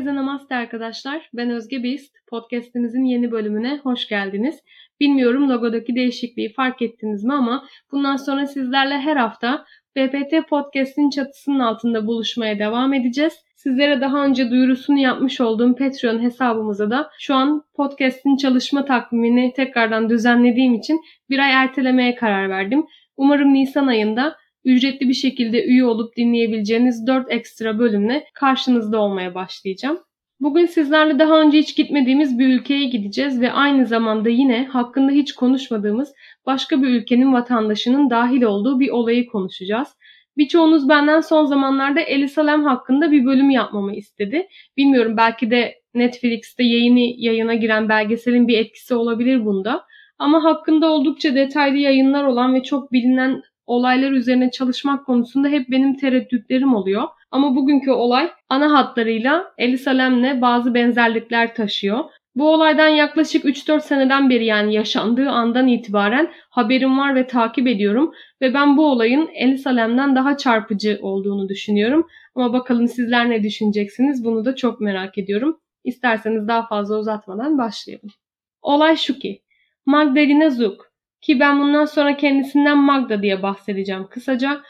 Herkese namaste arkadaşlar. Ben Özge Bist. Podcast'imizin yeni bölümüne hoş geldiniz. Bilmiyorum logodaki değişikliği fark ettiniz mi ama bundan sonra sizlerle her hafta BPT Podcast'in çatısının altında buluşmaya devam edeceğiz. Sizlere daha önce duyurusunu yapmış olduğum Patreon hesabımıza da şu an podcast'in çalışma takvimini tekrardan düzenlediğim için bir ay ertelemeye karar verdim. Umarım Nisan ayında ücretli bir şekilde üye olup dinleyebileceğiniz 4 ekstra bölümle karşınızda olmaya başlayacağım. Bugün sizlerle daha önce hiç gitmediğimiz bir ülkeye gideceğiz ve aynı zamanda yine hakkında hiç konuşmadığımız başka bir ülkenin vatandaşının dahil olduğu bir olayı konuşacağız. Birçoğunuz benden son zamanlarda Elisa Lam hakkında bir bölüm yapmamı istedi. Bilmiyorum, belki de Netflix'te yayına giren belgeselin bir etkisi olabilir bunda. Ama hakkında oldukça detaylı yayınlar olan ve çok bilinen olaylar üzerine çalışmak konusunda hep benim tereddütlerim oluyor. Ama bugünkü olay ana hatlarıyla Elisa Lam'le bazı benzerlikler taşıyor. Bu olaydan yaklaşık 3-4 seneden beri, yani yaşandığı andan itibaren haberim var ve takip ediyorum. Ve ben bu olayın Elisa Lam'dan daha çarpıcı olduğunu düşünüyorum. Ama bakalım sizler ne düşüneceksiniz? Bunu da çok merak ediyorum. İsterseniz daha fazla uzatmadan başlayalım. Olay şu ki, Magdalena Zuk, ki ben bundan sonra kendisinden Magda diye bahsedeceğim kısaca,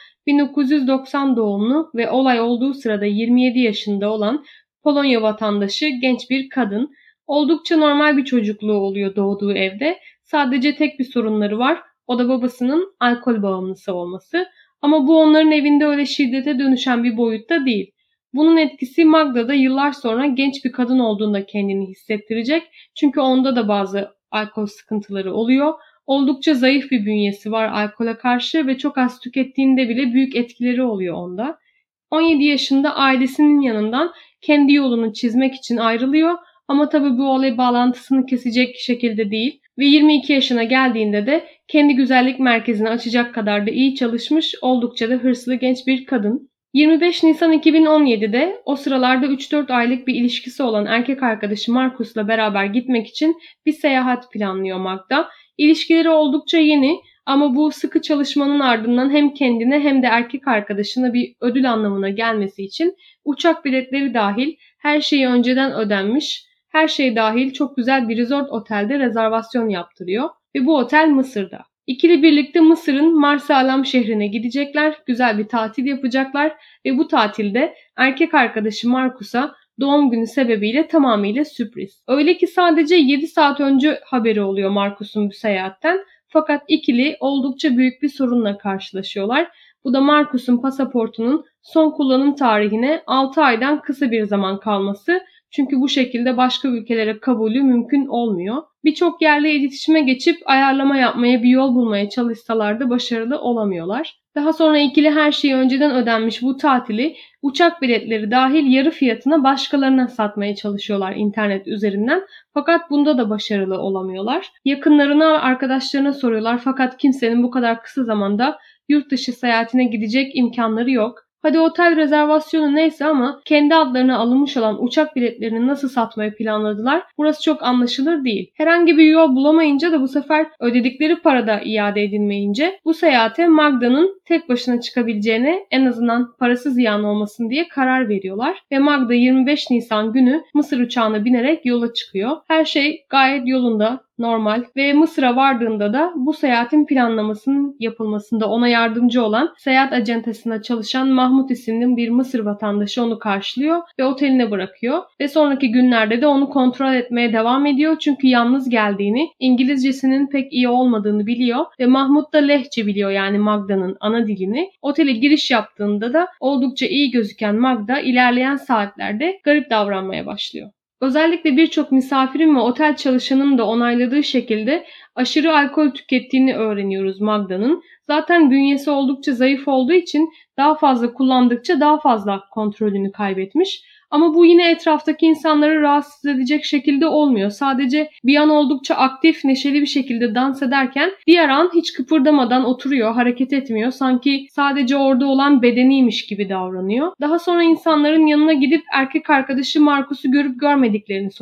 1990 doğumlu ve olay olduğu sırada 27 yaşında olan Polonya vatandaşı genç bir kadın. Oldukça normal bir çocukluğu oluyor doğduğu evde. Sadece tek bir sorunları var. O da babasının alkol bağımlısı olması. Ama bu onların evinde öyle şiddete dönüşen bir boyutta değil. Bunun etkisi Magda'da yıllar sonra genç bir kadın olduğunda kendini hissettirecek. Çünkü onda da bazı alkol sıkıntıları oluyor. Oldukça zayıf bir bünyesi var alkole karşı ve çok az tükettiğinde bile büyük etkileri oluyor onda. 17 yaşında ailesinin yanından kendi yolunu çizmek için ayrılıyor ama tabii bu olay bağlantısını kesecek şekilde değil ve 22 yaşına geldiğinde de kendi güzellik merkezini açacak kadar da iyi çalışmış, oldukça da hırslı genç bir kadın. 25 Nisan 2017'de o sıralarda 3-4 aylık bir ilişkisi olan erkek arkadaşı Marcus'la beraber gitmek için bir seyahat planlıyor Magda. İlişkileri oldukça yeni ama bu sıkı çalışmanın ardından hem kendine hem de erkek arkadaşına bir ödül anlamına gelmesi için uçak biletleri dahil her şeyi önceden ödenmiş, her şey dahil çok güzel bir resort otelde rezervasyon yaptırıyor ve bu otel Mısır'da. İkili birlikte Mısır'ın Marsa Alam şehrine gidecekler, güzel bir tatil yapacaklar ve bu tatilde erkek arkadaşı Marcus'a doğum günü sebebiyle tamamıyla sürpriz. Öyle ki sadece 7 saat önce haberi oluyor Marcus'un bu seyahatten. Fakat ikili oldukça büyük bir sorunla karşılaşıyorlar. Bu da Marcus'un pasaportunun son kullanım tarihine 6 aydan kısa bir zaman kalması. Çünkü bu şekilde başka ülkelere kabulü mümkün olmuyor. Birçok yerle iletişime geçip ayarlama yapmaya, bir yol bulmaya çalışsalar da başarılı olamıyorlar. Daha sonra ikili her şeyi önceden ödenmiş bu tatili uçak biletleri dahil yarı fiyatına başkalarına satmaya çalışıyorlar internet üzerinden. Fakat bunda da başarılı olamıyorlar. Yakınlarına, arkadaşlarına soruyorlar fakat kimsenin bu kadar kısa zamanda yurt dışı seyahatine gidecek imkanları yok. Hadi otel rezervasyonu neyse ama kendi adlarına alınmış olan uçak biletlerini nasıl satmayı planladılar? Burası çok anlaşılır değil. Herhangi bir yol bulamayınca da bu sefer ödedikleri para da iade edilmeyince bu seyahate Magda'nın tek başına çıkabileceğine, en azından parası ziyan olmasın diye karar veriyorlar. Ve Magda 25 Nisan günü Mısır uçağına binerek yola çıkıyor. Her şey gayet yolunda, normal ve Mısır'a vardığında da bu seyahatin planlamasının yapılmasında ona yardımcı olan seyahat acentasında çalışan Mahmut isimli bir Mısır vatandaşı onu karşılıyor ve oteline bırakıyor ve sonraki günlerde de onu kontrol etmeye devam ediyor çünkü yalnız geldiğini, İngilizcesinin pek iyi olmadığını biliyor ve Mahmut da Lehçe biliyor, yani Magda'nın ana dilini. Otele giriş yaptığında da oldukça iyi gözüken Magda ilerleyen saatlerde garip davranmaya başlıyor. Özellikle birçok misafirin ve otel çalışanının da onayladığı şekilde aşırı alkol tükettiğini öğreniyoruz Magda'nın. Zaten bünyesi oldukça zayıf olduğu için daha fazla kullandıkça daha fazla kontrolünü kaybetmiş. Ama bu yine etraftaki insanları rahatsız edecek şekilde olmuyor. Sadece bir an oldukça aktif, neşeli bir şekilde dans ederken diğer an hiç kıpırdamadan oturuyor, hareket etmiyor. Sanki sadece orada olan bedeniymiş gibi davranıyor. Daha sonra insanların yanına gidip erkek arkadaşı Marcus'u görüp görmediklerini soruyor.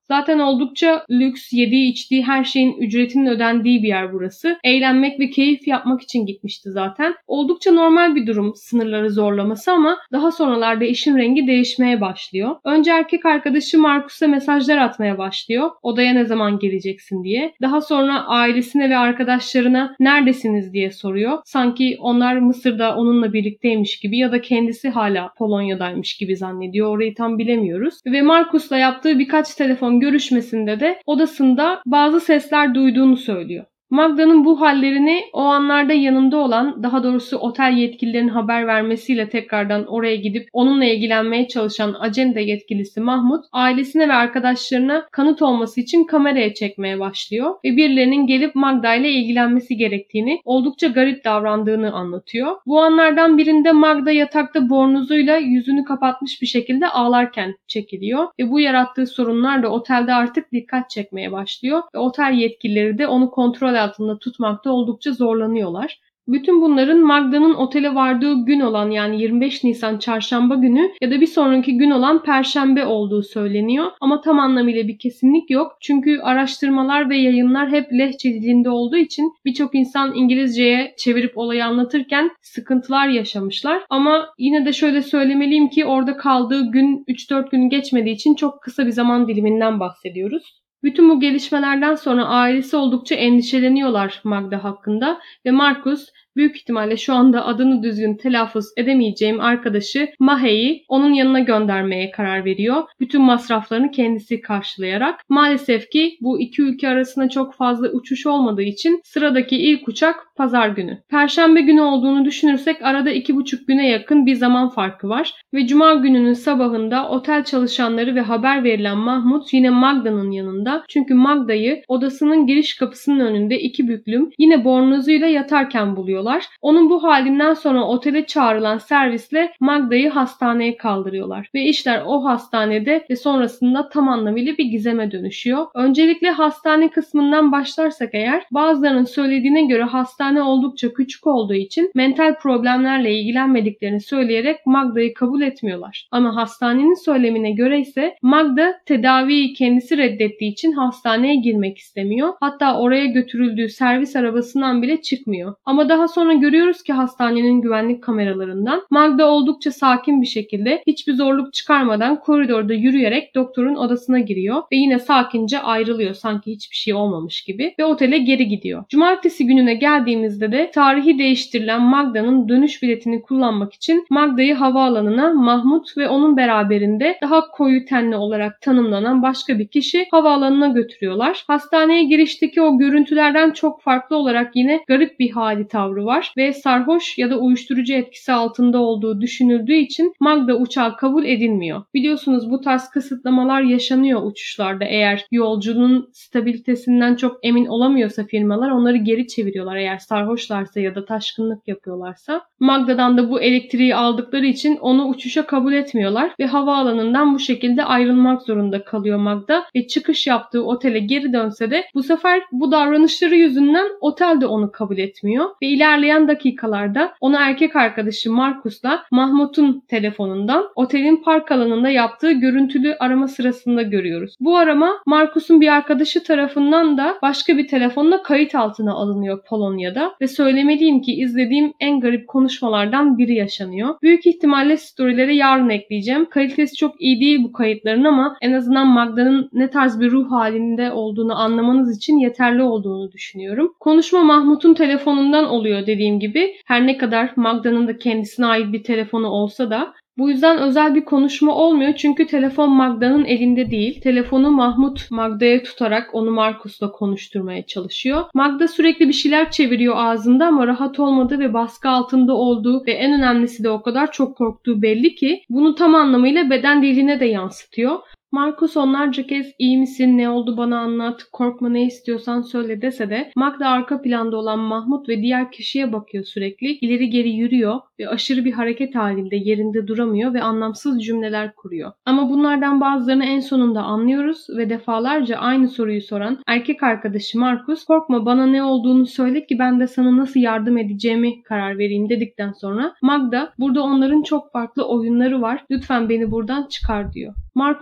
Zaten oldukça lüks, yediği içtiği her şeyin ücretinin ödendiği bir yer burası. Eğlenmek ve keyif yapmak için gitmişti zaten. Oldukça normal bir durum sınırları zorlaması ama daha sonralarda işin rengi değişmeye başlıyor. Önce erkek arkadaşı Marcus'a mesajlar atmaya başlıyor. Odaya ne zaman geleceksin diye. Daha sonra ailesine ve arkadaşlarına neredesiniz diye soruyor. Sanki onlar Mısır'da onunla birlikteymiş gibi ya da kendisi hala Polonya'daymış gibi zannediyor. Orayı tam bilemiyoruz. Ve Marcus'la yaptığı birkaç telefon görüşmesinde de odasında bazı sesler duyduğunu söylüyor. Magda'nın bu hallerini o anlarda yanında olan, daha doğrusu otel yetkililerinin haber vermesiyle tekrardan oraya gidip onunla ilgilenmeye çalışan acente yetkilisi Mahmut, ailesine ve arkadaşlarına kanıt olması için kameraya çekmeye başlıyor ve birilerinin gelip Magda ile ilgilenmesi gerektiğini, oldukça garip davrandığını anlatıyor. Bu anlardan birinde Magda yatakta bornozuyla yüzünü kapatmış bir şekilde ağlarken çekiliyor ve bu yarattığı sorunlar da otelde artık dikkat çekmeye başlıyor ve otel yetkilileri de onu kontrol altında tutmakta oldukça zorlanıyorlar. Bütün bunların Magda'nın otele vardığı gün olan, yani 25 Nisan çarşamba günü ya da bir sonraki gün olan perşembe olduğu söyleniyor. Ama tam anlamıyla bir kesinlik yok. Çünkü araştırmalar ve yayınlar hep lehçe dilinde olduğu için birçok insan İngilizceye çevirip olayı anlatırken sıkıntılar yaşamışlar. Ama yine de şöyle söylemeliyim ki orada kaldığı gün 3-4 gün geçmediği için çok kısa bir zaman diliminden bahsediyoruz. Bütün bu gelişmelerden sonra ailesi oldukça endişeleniyorlar Magda hakkında ve Marcus büyük ihtimalle şu anda adını düzgün telaffuz edemeyeceğim arkadaşı Mahe'yi onun yanına göndermeye karar veriyor. Bütün masraflarını kendisi karşılayarak. Maalesef ki bu iki ülke arasında çok fazla uçuş olmadığı için sıradaki ilk uçak pazar günü. Perşembe günü olduğunu düşünürsek arada 2,5 güne yakın bir zaman farkı var. Ve cuma gününün sabahında otel çalışanları ve haber verilen Mahmut yine Magda'nın yanında. Çünkü Magda'yı odasının giriş kapısının önünde iki büklüm yine bornozuyla yatarken buluyorlar. Onun bu halinden sonra otele çağrılan servisle Magda'yı hastaneye kaldırıyorlar. Ve işler o hastanede ve sonrasında tam anlamıyla bir gizeme dönüşüyor. Öncelikle hastane kısmından başlarsak eğer, bazılarının söylediğine göre hastane oldukça küçük olduğu için mental problemlerle ilgilenmediklerini söyleyerek Magda'yı kabul etmiyorlar. Ama hastanenin söylemine göre ise Magda tedaviyi kendisi reddettiği için hastaneye girmek istemiyor. Hatta oraya götürüldüğü servis arabasından bile çıkmıyor. Ama daha sonra görüyoruz ki hastanenin güvenlik kameralarından Magda oldukça sakin bir şekilde, hiçbir zorluk çıkarmadan koridorda yürüyerek doktorun odasına giriyor ve yine sakince ayrılıyor sanki hiçbir şey olmamış gibi ve otele geri gidiyor. Cumartesi gününe geldiğimizde de tarihi değiştirilen Magda'nın dönüş biletini kullanmak için Magda'yı havaalanına Mahmut ve onun beraberinde daha koyu tenli olarak tanımlanan başka bir kişi havaalanına götürüyorlar. Hastaneye girişteki o görüntülerden çok farklı olarak yine garip bir hali tavrı var ve sarhoş ya da uyuşturucu etkisi altında olduğu düşünüldüğü için Magda uçağa kabul edilmiyor. Biliyorsunuz bu tarz kısıtlamalar yaşanıyor uçuşlarda. Eğer yolcunun stabilitesinden çok emin olamıyorsa firmalar onları geri çeviriyorlar eğer sarhoşlarsa ya da taşkınlık yapıyorlarsa. Magda'dan da bu elektriği aldıkları için onu uçuşa kabul etmiyorlar ve havaalanından bu şekilde ayrılmak zorunda kalıyor Magda ve çıkış yaptığı otele geri dönse de bu sefer bu davranışları yüzünden otel de onu kabul etmiyor ve ilerleyen dakikalarda onu erkek arkadaşı Marcus'la Mahmut'un telefonundan otelin park alanında yaptığı görüntülü arama sırasında görüyoruz. Bu arama Marcus'un bir arkadaşı tarafından da başka bir telefonla kayıt altına alınıyor Polonya'da ve söylemeliyim ki izlediğim en garip konuşmalardan biri yaşanıyor. Büyük ihtimalle storylere yarın ekleyeceğim. Kalitesi çok iyi değil bu kayıtların ama en azından Magda'nın ne tarz bir ruh halinde olduğunu anlamanız için yeterli olduğunu düşünüyorum. Konuşma Mahmut'un telefonundan oluyor dediğim gibi. Her ne kadar Magda'nın da kendisine ait bir telefonu olsa da bu yüzden özel bir konuşma olmuyor çünkü telefon Magda'nın elinde değil. Telefonu Mahmut Magda'ya tutarak onu Marcus'la konuşturmaya çalışıyor. Magda sürekli bir şeyler çeviriyor ağzında ama rahat olmadığı ve baskı altında olduğu ve en önemlisi de o kadar çok korktuğu belli ki bunu tam anlamıyla beden diline de yansıtıyor. Marcus onlarca kez iyi misin, ne oldu bana anlat, korkma ne istiyorsan söyle dese de Magda arka planda olan Mahmut ve diğer kişiye bakıyor sürekli. İleri geri yürüyor ve aşırı bir hareket halinde yerinde duramıyor ve anlamsız cümleler kuruyor. Ama bunlardan bazılarını en sonunda anlıyoruz ve defalarca aynı soruyu soran erkek arkadaşı Marcus korkma bana ne olduğunu söyle ki ben de sana nasıl yardım edeceğimi karar vereyim dedikten sonra Magda burada onların çok farklı oyunları var lütfen beni buradan çıkar diyor. Marcus ne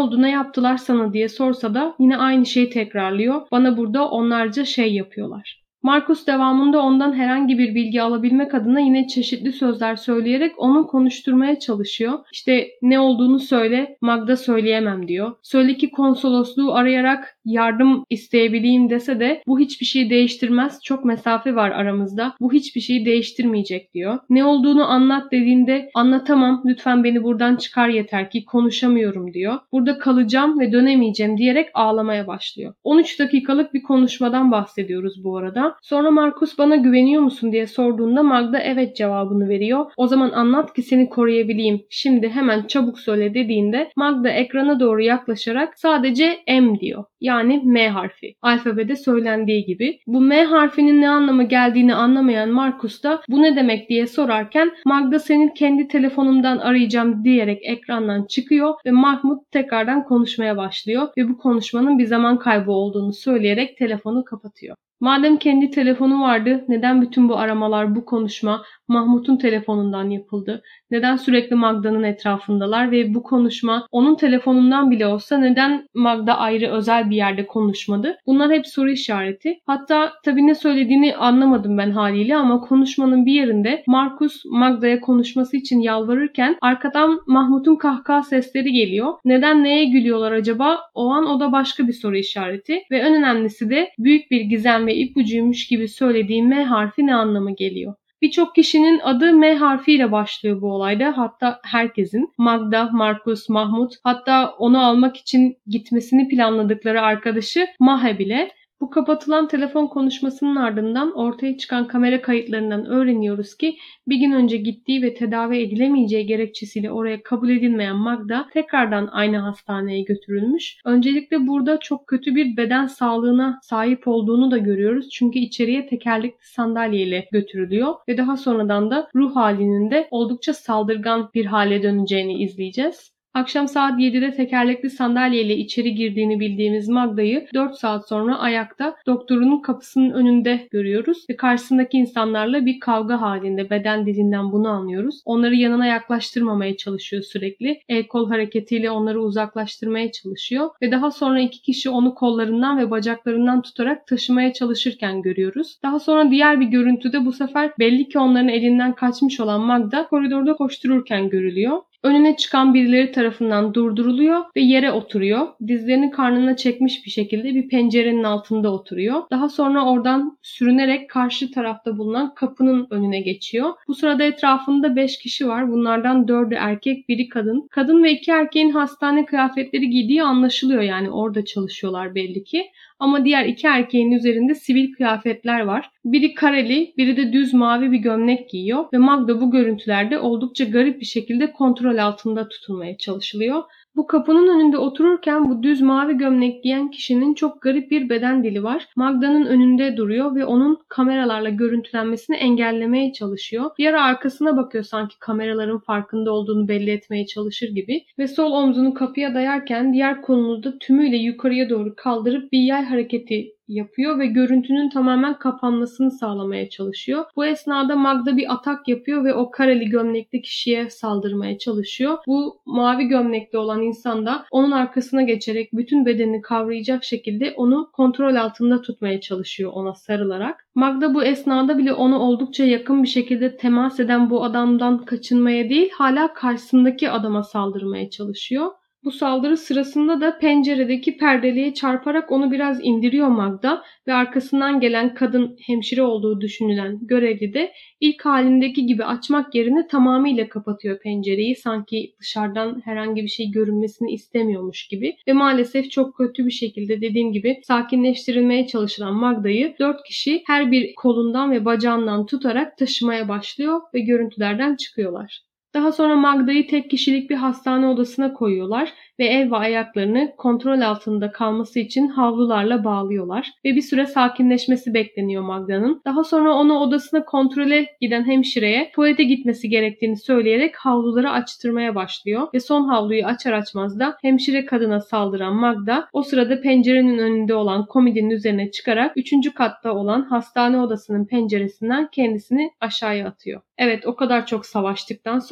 oldu, ne yaptılar sana diye sorsa da yine aynı şeyi tekrarlıyor. Bana burada onlarca şey yapıyorlar. Marcus devamında ondan herhangi bir bilgi alabilmek adına yine çeşitli sözler söyleyerek onu konuşturmaya çalışıyor. İşte ne olduğunu söyle, Magda söyleyemem diyor. Söyle ki konsolosluğu arayarak yardım isteyebileyim dese de bu hiçbir şeyi değiştirmez. Çok mesafe var aramızda. Bu hiçbir şeyi değiştirmeyecek diyor. Ne olduğunu anlat dediğinde anlatamam. Lütfen beni buradan çıkar yeter ki konuşamıyorum diyor. Burada kalacağım ve dönemeyeceğim diyerek ağlamaya başlıyor. 13 dakikalık bir konuşmadan bahsediyoruz bu arada. Sonra Marcus bana güveniyor musun diye sorduğunda Magda evet cevabını veriyor. O zaman anlat ki seni koruyabileyim. Şimdi hemen çabuk söyle dediğinde Magda ekrana doğru yaklaşarak sadece M diyor. Yani M harfi. Alfabede söylendiği gibi. Bu M harfinin ne anlama geldiğini anlamayan Marcus da bu ne demek diye sorarken Magda senin kendi telefonumdan arayacağım diyerek ekrandan çıkıyor ve Mahmut tekrardan konuşmaya başlıyor ve bu konuşmanın bir zaman kaybı olduğunu söyleyerek telefonu kapatıyor. Madem kendi telefonu vardı, neden bütün bu aramalar, bu konuşma Mahmut'un telefonundan yapıldı? Neden sürekli Magda'nın etrafındalar ve bu konuşma onun telefonundan bile olsa neden Magda ayrı özel bir yerde konuşmadı? Bunlar hep soru işareti. Hatta tabii ne söylediğini anlamadım ben haliyle ama konuşmanın bir yerinde Marcus Magda'ya konuşması için yalvarırken arkadan Mahmut'un kahkaha sesleri geliyor. Neden neye gülüyorlar acaba? O an o da başka bir soru işareti ve en önemlisi de büyük bir gizem ve ipucuymuş gibi söylediğim M harfi ne anlama geliyor? Birçok kişinin adı M harfiyle başlıyor bu olayda. Hatta herkesin. Magda, Marcus, Mahmut, hatta onu almak için gitmesini planladıkları arkadaşı Mahe bile. Bu kapatılan telefon konuşmasının ardından ortaya çıkan kamera kayıtlarından öğreniyoruz ki bir gün önce gittiği ve tedavi edilemeyeceği gerekçesiyle oraya kabul edilmeyen Magda tekrardan aynı hastaneye götürülmüş. Öncelikle burada çok kötü bir beden sağlığına sahip olduğunu da görüyoruz. Çünkü içeriye tekerlekli sandalyeyle götürülüyor ve daha sonradan da ruh halinin de oldukça saldırgan bir hale döneceğini izleyeceğiz. Akşam saat 7'de tekerlekli sandalyeyle içeri girdiğini bildiğimiz Magda'yı 4 saat sonra ayakta doktorunun kapısının önünde görüyoruz ve karşısındaki insanlarla bir kavga halinde, beden dilinden bunu anlıyoruz. Onları yanına yaklaştırmamaya çalışıyor sürekli. El kol hareketiyle onları uzaklaştırmaya çalışıyor ve daha sonra 2 kişi onu kollarından ve bacaklarından tutarak taşımaya çalışırken görüyoruz. Daha sonra diğer bir görüntüde bu sefer belli ki onların elinden kaçmış olan Magda koridorda koştururken görülüyor. Önüne çıkan birileri tarafından durduruluyor ve yere oturuyor. Dizlerini karnına çekmiş bir şekilde bir pencerenin altında oturuyor. Daha sonra oradan sürünerek karşı tarafta bulunan kapının önüne geçiyor. Bu sırada etrafında 5 kişi var. Bunlardan 4'ü erkek, biri kadın. Kadın ve 2 erkeğin hastane kıyafetleri giydiği anlaşılıyor, yani orada çalışıyorlar belli ki. Ama diğer 2 erkeğin üzerinde sivil kıyafetler var. Biri kareli, biri de düz mavi bir gömlek giyiyor ve Magda bu görüntülerde oldukça garip bir şekilde kontrol altında tutulmaya çalışılıyor. Bu kapının önünde otururken bu düz mavi gömlek giyen kişinin çok garip bir beden dili var. Magda'nın önünde duruyor ve onun kameralarla görüntülenmesini engellemeye çalışıyor. Bir ara arkasına bakıyor sanki kameraların farkında olduğunu belli etmeye çalışır gibi ve sol omzunu kapıya dayarken diğer kolunu da tümüyle yukarıya doğru kaldırıp bir yay hareketi yapıyor ve görüntünün tamamen kapanmasını sağlamaya çalışıyor. Bu esnada Magda bir atak yapıyor ve o kareli gömlekli kişiye saldırmaya çalışıyor. Bu mavi gömlekli olan insan da onun arkasına geçerek bütün bedenini kavrayacak şekilde onu kontrol altında tutmaya çalışıyor ona sarılarak. Magda bu esnada bile onu oldukça yakın bir şekilde temas eden bu adamdan kaçınmaya değil, hala karşısındaki adama saldırmaya çalışıyor. Bu saldırı sırasında da penceredeki perdeliğe çarparak onu biraz indiriyor Magda ve arkasından gelen kadın, hemşire olduğu düşünülen görevli de ilk halindeki gibi açmak yerine tamamıyla kapatıyor pencereyi, sanki dışarıdan herhangi bir şey görünmesini istemiyormuş gibi ve maalesef çok kötü bir şekilde, dediğim gibi, sakinleştirilmeye çalışılan Magda'yı 4 kişi her bir kolundan ve bacağından tutarak taşımaya başlıyor ve görüntülerden çıkıyorlar. Daha sonra Magda'yı tek kişilik bir hastane odasına koyuyorlar ve el ve ayaklarını kontrol altında kalması için havlularla bağlıyorlar ve bir süre sakinleşmesi bekleniyor Magda'nın. Daha sonra onu odasına kontrole giden hemşireye tuvalete gitmesi gerektiğini söyleyerek havluları açtırmaya başlıyor ve son havluyu açar açmaz da hemşire kadına saldıran Magda o sırada pencerenin önünde olan komodinin üzerine çıkarak 3. katta olan hastane odasının penceresinden kendisini aşağıya atıyor. Evet, o kadar çok savaştıktan sonra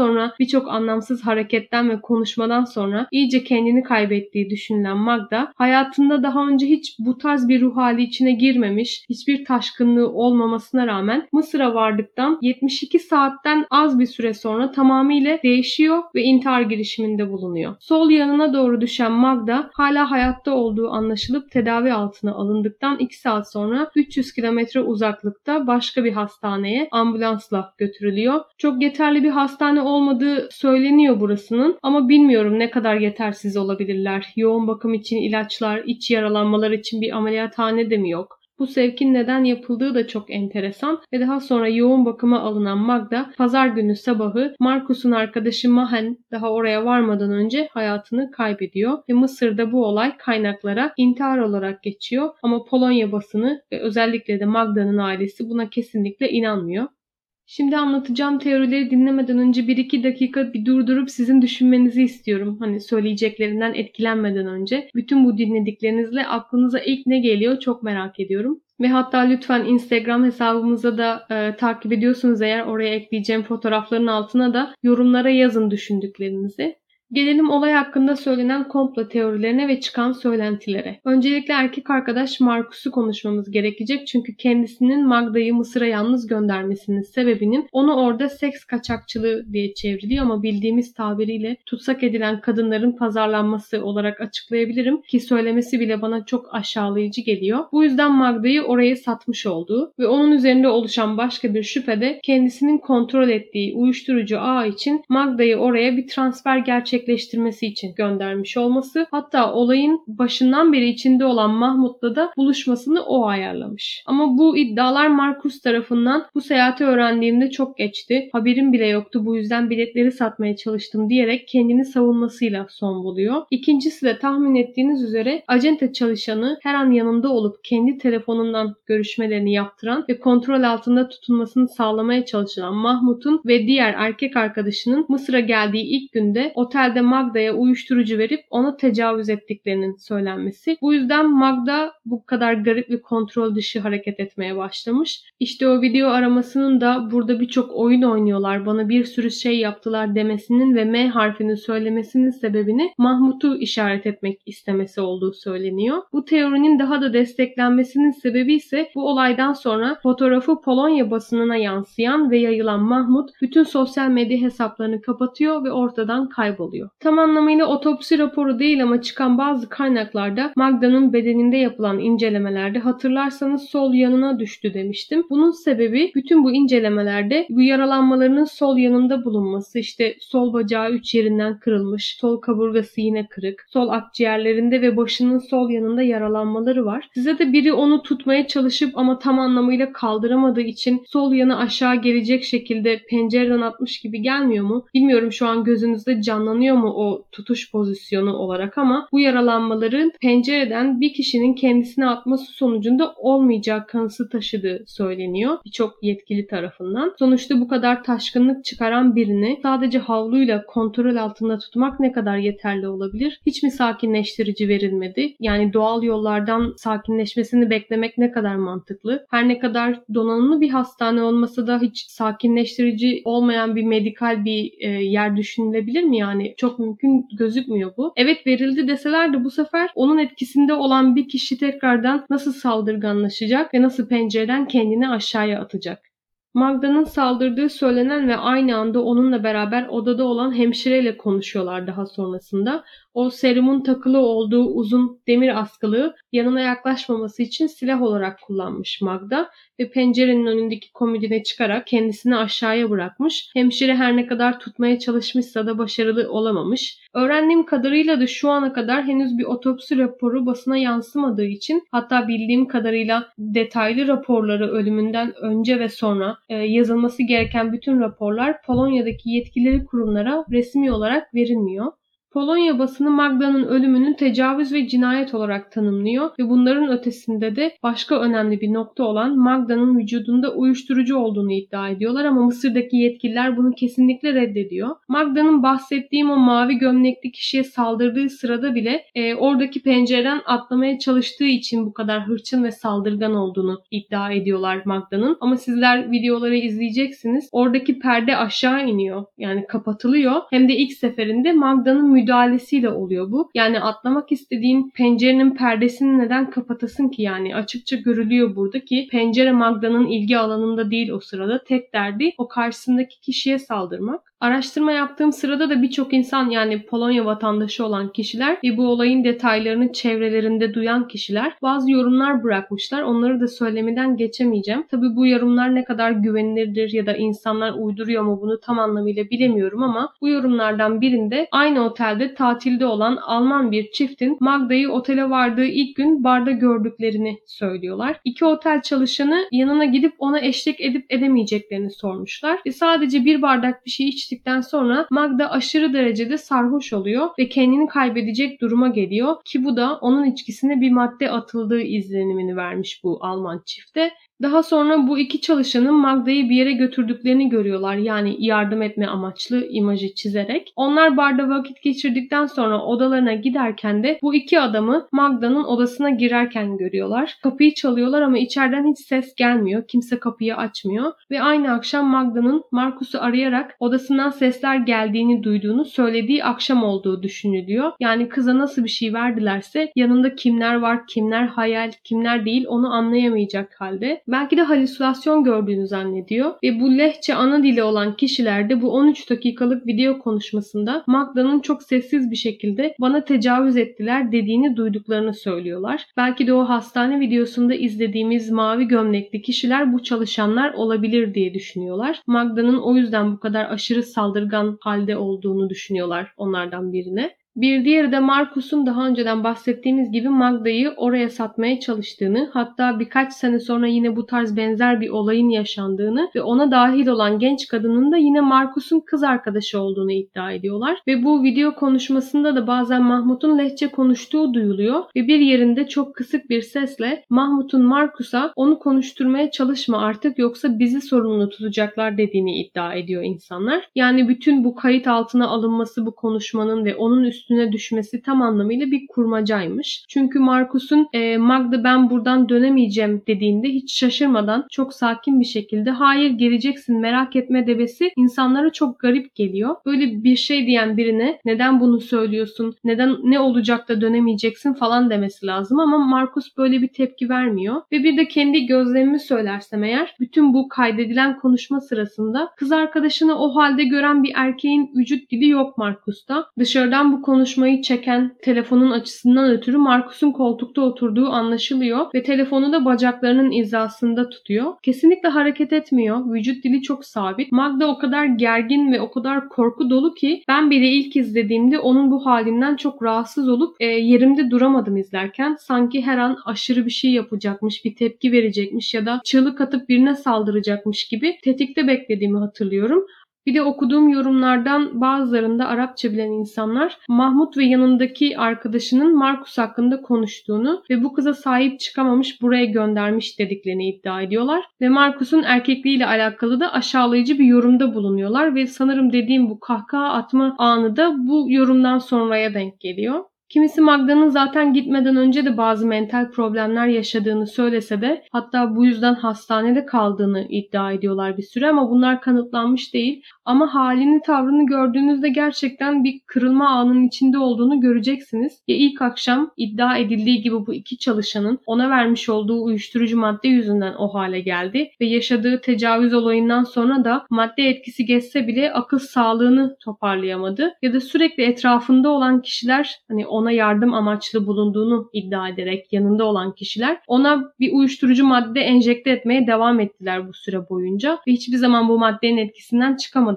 sonra birçok anlamsız hareketten ve konuşmadan sonra iyice kendini kaybettiği düşünülen Magda, hayatında daha önce hiç bu tarz bir ruh hali içine girmemiş, hiçbir taşkınlığı olmamasına rağmen Mısır'a vardıktan 72 saatten az bir süre sonra tamamıyla değişiyor ve intihar girişiminde bulunuyor. Sol yanına doğru düşen Magda hala hayatta olduğu anlaşılıp tedavi altına alındıktan 2 saat sonra 300 kilometre uzaklıkta başka bir hastaneye ambulansla götürülüyor. Çok yeterli bir hastane olmadığı söyleniyor burasının ama bilmiyorum ne kadar yetersiz olabilirler. Yoğun bakım için ilaçlar, iç yaralanmalar için bir ameliyathane de mi yok? Bu sevkin neden yapıldığı da çok enteresan ve daha sonra yoğun bakıma alınan Magda pazar günü sabahı Marcus'un arkadaşı Mahen daha oraya varmadan önce hayatını kaybediyor ve Mısır'da bu olay kaynaklara intihar olarak geçiyor ama Polonya basını ve özellikle de Magda'nın ailesi buna kesinlikle inanmıyor. Şimdi anlatacağım teorileri dinlemeden önce 1-2 dakika bir durdurup sizin düşünmenizi istiyorum. Hani söyleyeceklerinden etkilenmeden önce. Bütün bu dinlediklerinizle aklınıza ilk ne geliyor çok merak ediyorum. Ve hatta lütfen Instagram hesabımıza da takip ediyorsunuz eğer oraya ekleyeceğim fotoğrafların altına da yorumlara yazın düşündüklerinizi. Gelelim olay hakkında söylenen komplo teorilerine ve çıkan söylentilere. Öncelikle erkek arkadaş Marcus'u konuşmamız gerekecek çünkü kendisinin Magda'yı Mısır'a yalnız göndermesinin sebebinin onu orada seks kaçakçılığı diye çevriliyor ama bildiğimiz tabiriyle tutsak edilen kadınların pazarlanması olarak açıklayabilirim ki söylemesi bile bana çok aşağılayıcı geliyor. Bu yüzden Magda'yı oraya satmış olduğu ve onun üzerinde oluşan başka bir şüphe de kendisinin kontrol ettiği uyuşturucu ağ için Magda'yı oraya bir transfer gerçekleştirmesi için göndermiş olması, hatta olayın başından beri içinde olan Mahmut'la da buluşmasını o ayarlamış. Ama bu iddialar Marcus tarafından bu seyahati öğrendiğimde çok geçti. Haberim bile yoktu, bu yüzden biletleri satmaya çalıştım diyerek kendini savunmasıyla son buluyor. İkincisi de tahmin ettiğiniz üzere acente çalışanı her an yanında olup kendi telefonundan görüşmelerini yaptıran ve kontrol altında tutulmasını sağlamaya çalışılan Mahmut'un ve diğer erkek arkadaşının Mısır'a geldiği ilk günde otelde Magda'ya uyuşturucu verip ona tecavüz ettiklerinin söylenmesi. Bu yüzden Magda bu kadar garip ve kontrol dışı hareket etmeye başlamış. İşte o video aramasının da burada birçok oyun oynuyorlar, bana bir sürü şey yaptılar demesinin ve M harfini söylemesinin sebebini Mahmut'u işaret etmek istemesi olduğu söyleniyor. Bu teorinin daha da desteklenmesinin sebebi ise bu olaydan sonra fotoğrafı Polonya basınına yansıyan ve yayılan Mahmut bütün sosyal medya hesaplarını kapatıyor ve ortadan kayboluyor. Tam anlamıyla otopsi raporu değil ama çıkan bazı kaynaklarda Magda'nın bedeninde yapılan incelemelerde hatırlarsanız sol yanına düştü demiştim. Bunun sebebi bütün bu incelemelerde bu yaralanmalarının sol yanında bulunması. İşte sol bacağı 3 yerinden kırılmış, sol kaburgası yine kırık, sol akciğerlerinde ve başının sol yanında yaralanmaları var. Size de biri onu tutmaya çalışıp ama tam anlamıyla kaldıramadığı için sol yanı aşağı gelecek şekilde pencereden atmış gibi gelmiyor mu? Bilmiyorum şu an gözünüzde canlanıyor mu o tutuş pozisyonu olarak ama bu yaralanmaların pencereden bir kişinin kendisine atması sonucunda olmayacağı kanısı taşıdığı söyleniyor birçok yetkili tarafından. Sonuçta bu kadar taşkınlık çıkaran birini sadece havluyla kontrol altında tutmak ne kadar yeterli olabilir? Hiç mi sakinleştirici verilmedi? Yani doğal yollardan sakinleşmesini beklemek ne kadar mantıklı? Her ne kadar donanımlı bir hastane olmasa da hiç sakinleştirici olmayan bir medikal bir yer düşünülebilir mi? Yani çok mümkün gözükmüyor bu. Evet verildi deseler de bu sefer onun etkisinde olan bir kişi tekrardan nasıl saldırganlaşacak ve nasıl pencereden kendini aşağıya atacak? Magda'nın saldırdığı söylenen ve aynı anda onunla beraber odada olan hemşireyle konuşuyorlar daha sonrasında. O serumun takılı olduğu uzun demir askılığı yanına yaklaşmaması için silah olarak kullanmış Magda ve pencerenin önündeki komodine çıkarak kendisini aşağıya bırakmış. Hemşire her ne kadar tutmaya çalışmışsa da başarılı olamamış. Öğrendiğim kadarıyla da şu ana kadar henüz bir otopsi raporu basına yansımadığı için, hatta bildiğim kadarıyla detaylı raporları ölümünden önce ve sonra yazılması gereken bütün raporlar Polonya'daki yetkili kurumlara resmi olarak verilmiyor. Polonya basını Magda'nın ölümünün tecavüz ve cinayet olarak tanımlıyor ve bunların ötesinde de başka önemli bir nokta olan Magda'nın vücudunda uyuşturucu olduğunu iddia ediyorlar ama Mısır'daki yetkililer bunu kesinlikle reddediyor. Magda'nın bahsettiğim o mavi gömlekli kişiye saldırdığı sırada bile oradaki pencereden atlamaya çalıştığı için bu kadar hırçın ve saldırgan olduğunu iddia ediyorlar Magda'nın. Ama sizler videoları izleyeceksiniz. Oradaki perde aşağı iniyor. Yani kapatılıyor. Hem de ilk seferinde Magda'nın müdahalesiyle oluyor bu. Yani atlamak istediğin pencerenin perdesini neden kapatasın ki yani? Açıkça görülüyor burada ki pencere Magda'nın ilgi alanında değil o sırada. Tek derdi o karşısındaki kişiye saldırmak. Araştırma yaptığım sırada da birçok insan yani Polonya vatandaşı olan kişiler ve bu olayın detaylarını çevrelerinde duyan kişiler bazı yorumlar bırakmışlar. Onları da söylemeden geçemeyeceğim. Tabii bu yorumlar ne kadar güvenilirdir ya da insanlar uyduruyor mu bunu tam anlamıyla bilemiyorum ama bu yorumlardan birinde aynı otelde tatilde olan Alman bir çiftin Magda'yı otele vardığı ilk gün barda gördüklerini söylüyorlar. İki otel çalışanı yanına gidip ona eşlik edip edemeyeceklerini sormuşlar ve sadece bir bardak bir şey içtikten sonra Magda aşırı derecede sarhoş oluyor ve kendini kaybedecek duruma geliyor ki bu da onun içkisine bir madde atıldığı izlenimini vermiş bu Alman çifte. Daha sonra bu iki çalışanın Magda'yı bir yere götürdüklerini görüyorlar. Yani yardım etme amaçlı imajı çizerek. Onlar barda vakit geçirdikten sonra odalarına giderken de bu iki adamı Magda'nın odasına girerken görüyorlar. Kapıyı çalıyorlar ama içeriden hiç ses gelmiyor. Kimse kapıyı açmıyor. Ve aynı akşam Magda'nın Markus'u arayarak odasından sesler geldiğini duyduğunu söylediği akşam olduğu düşünülüyor. Yani kıza nasıl bir şey verdilerse yanında kimler var, kimler hayal, kimler değil onu anlayamayacak halde. Belki de halüsinasyon gördüğünü zannediyor ve bu Lehçe ana dili olan kişiler de bu 13 dakikalık video konuşmasında Magda'nın çok sessiz bir şekilde bana tecavüz ettiler dediğini duyduklarını söylüyorlar. Belki de o hastane videosunda izlediğimiz mavi gömlekli kişiler bu çalışanlar olabilir diye düşünüyorlar. Magda'nın o yüzden bu kadar aşırı saldırgan halde olduğunu düşünüyorlar onlardan birine. Bir diğeri de Markus'un daha önceden bahsettiğimiz gibi Magda'yı oraya satmaya çalıştığını, hatta birkaç sene sonra yine bu tarz benzer bir olayın yaşandığını ve ona dahil olan genç kadının da yine Markus'un kız arkadaşı olduğunu iddia ediyorlar. Ve bu video konuşmasında da bazen Mahmut'un Lehçe konuştuğu duyuluyor ve bir yerinde çok kısık bir sesle Mahmut'un Markus'a onu konuşturmaya çalışma artık yoksa bizi sorumlu tutacaklar dediğini iddia ediyor insanlar. Yani bütün bu kayıt altına alınması bu konuşmanın ve onun üstüne düşmesi tam anlamıyla bir kurmacaymış. Çünkü Markus'un Magda ben buradan dönemeyeceğim dediğinde hiç şaşırmadan çok sakin bir şekilde hayır geleceksin merak etme demesi insanlara çok garip geliyor. Böyle bir şey diyen birine neden bunu söylüyorsun, neden ne olacak da dönemeyeceksin falan demesi lazım ama Markus böyle bir tepki vermiyor. Ve bir de kendi gözlemimi söylersem eğer bütün bu kaydedilen konuşma sırasında kız arkadaşını o halde gören bir erkeğin vücut dili yok Markus'ta. Dışarıdan bu konuşmayı çeken telefonun açısından ötürü Markus'un koltukta oturduğu anlaşılıyor ve telefonu da bacaklarının hizasında tutuyor. Kesinlikle hareket etmiyor. Vücut dili çok sabit. Magda o kadar gergin ve o kadar korku dolu ki ben bile ilk izlediğimde onun bu halinden çok rahatsız olup yerimde duramadım izlerken. Sanki her an aşırı bir şey yapacakmış, bir tepki verecekmiş ya da çığlık atıp birine saldıracakmış gibi tetikte beklediğimi hatırlıyorum. Bir de okuduğum yorumlardan bazılarında Arapça bilen insanlar Mahmut ve yanındaki arkadaşının Markus hakkında konuştuğunu ve bu kıza sahip çıkamamış buraya göndermiş dediklerini iddia ediyorlar. Ve Markus'un erkekliğiyle alakalı da aşağılayıcı bir yorumda bulunuyorlar ve sanırım dediğim bu kahkaha atma anı da bu yorumdan sonraya denk geliyor. Kimisi Magda'nın zaten gitmeden önce de bazı mental problemler yaşadığını söylese de hatta bu yüzden hastanede kaldığını iddia ediyorlar bir süre ama bunlar kanıtlanmış değil. Ama halini tavrını gördüğünüzde gerçekten bir kırılma anının içinde olduğunu göreceksiniz. Ya ilk akşam iddia edildiği gibi bu iki çalışanın ona vermiş olduğu uyuşturucu madde yüzünden o hale geldi ve yaşadığı tecavüz olayından sonra da madde etkisi geçse bile akıl sağlığını toparlayamadı. Ya da sürekli etrafında olan kişiler hani ona yardım amaçlı bulunduğunu iddia ederek yanında olan kişiler ona bir uyuşturucu madde enjekte etmeye devam ettiler bu süre boyunca ve hiçbir zaman bu maddenin etkisinden çıkamadı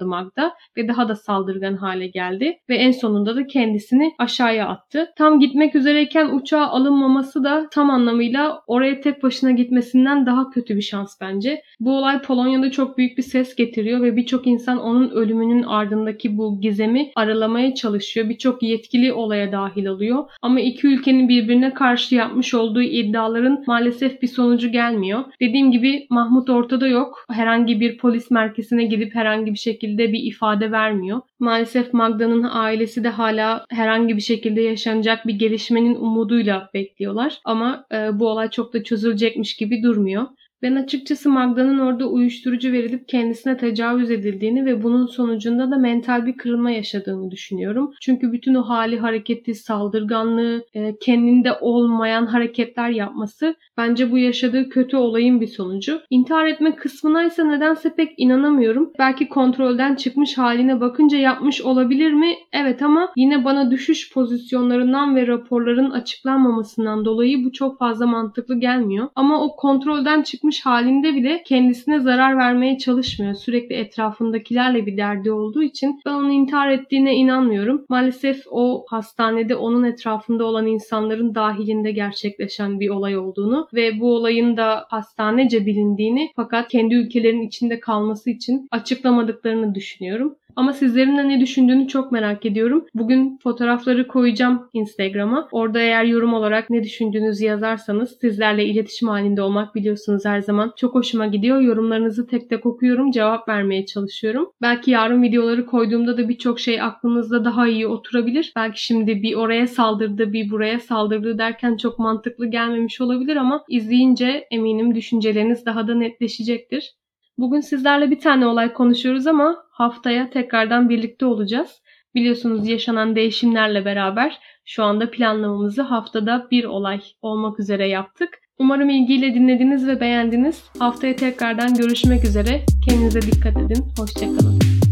dayanamadı Magda ve daha da saldırgan hale geldi ve en sonunda da kendisini aşağıya attı. Tam gitmek üzereyken uçağa alınmaması da tam anlamıyla oraya tek başına gitmesinden daha kötü bir şans bence. Bu olay Polonya'da çok büyük bir ses getiriyor ve birçok insan onun ölümünün ardındaki bu gizemi aralamaya çalışıyor. Birçok yetkili olaya dahil oluyor. Ama iki ülkenin birbirine karşı yapmış olduğu iddiaların maalesef bir sonucu gelmiyor. Dediğim gibi Mahmut ortada yok. Herhangi bir polis merkezine gidip herhangi bir şekilde bir ifade vermiyor. Maalesef Magda'nın ailesi de hala herhangi bir şekilde yaşanacak bir gelişmenin umuduyla bekliyorlar. Ama bu olay çok da çözülecekmiş gibi durmuyor. Ben açıkçası Magda'nın orada uyuşturucu verilip kendisine tecavüz edildiğini ve bunun sonucunda da mental bir kırılma yaşadığını düşünüyorum. Çünkü bütün o hali, hareketi, saldırganlığı, kendinde olmayan hareketler yapması bence bu yaşadığı kötü olayın bir sonucu. İntihar etme kısmına ise nedense pek inanamıyorum. Belki kontrolden çıkmış haline bakınca yapmış olabilir mi? Evet, ama yine bana düşüş pozisyonlarından ve raporların açıklanmamasından dolayı bu çok fazla mantıklı gelmiyor. Ama o kontrolden çıkmış halinde bile kendisine zarar vermeye çalışmıyor. Sürekli etrafındakilerle bir derdi olduğu için ben onun intihar ettiğine inanmıyorum. Maalesef o hastanede onun etrafında olan insanların dahilinde gerçekleşen bir olay olduğunu ve bu olayın da hastanece bilindiğini fakat kendi ülkelerinin içinde kalması için açıklamadıklarını düşünüyorum. Ama sizlerin de ne düşündüğünü çok merak ediyorum. Bugün fotoğrafları koyacağım Instagram'a. Orada eğer yorum olarak ne düşündüğünüzü yazarsanız sizlerle iletişim halinde olmak biliyorsunuz her zaman çok hoşuma gidiyor. Yorumlarınızı tek tek okuyorum, cevap vermeye çalışıyorum. Belki yarın videoları koyduğumda da birçok şey aklınızda daha iyi oturabilir. Belki şimdi bir oraya saldırdı, bir buraya saldırdı derken çok mantıklı gelmemiş olabilir ama izleyince eminim düşünceleriniz daha da netleşecektir. Bugün sizlerle bir tane olay konuşuyoruz ama haftaya tekrardan birlikte olacağız. Biliyorsunuz yaşanan değişimlerle beraber şu anda planlamamızı haftada bir olay olmak üzere yaptık. Umarım ilgiyle dinlediniz ve beğendiniz. Haftaya tekrardan görüşmek üzere. Kendinize dikkat edin. Hoşça kalın.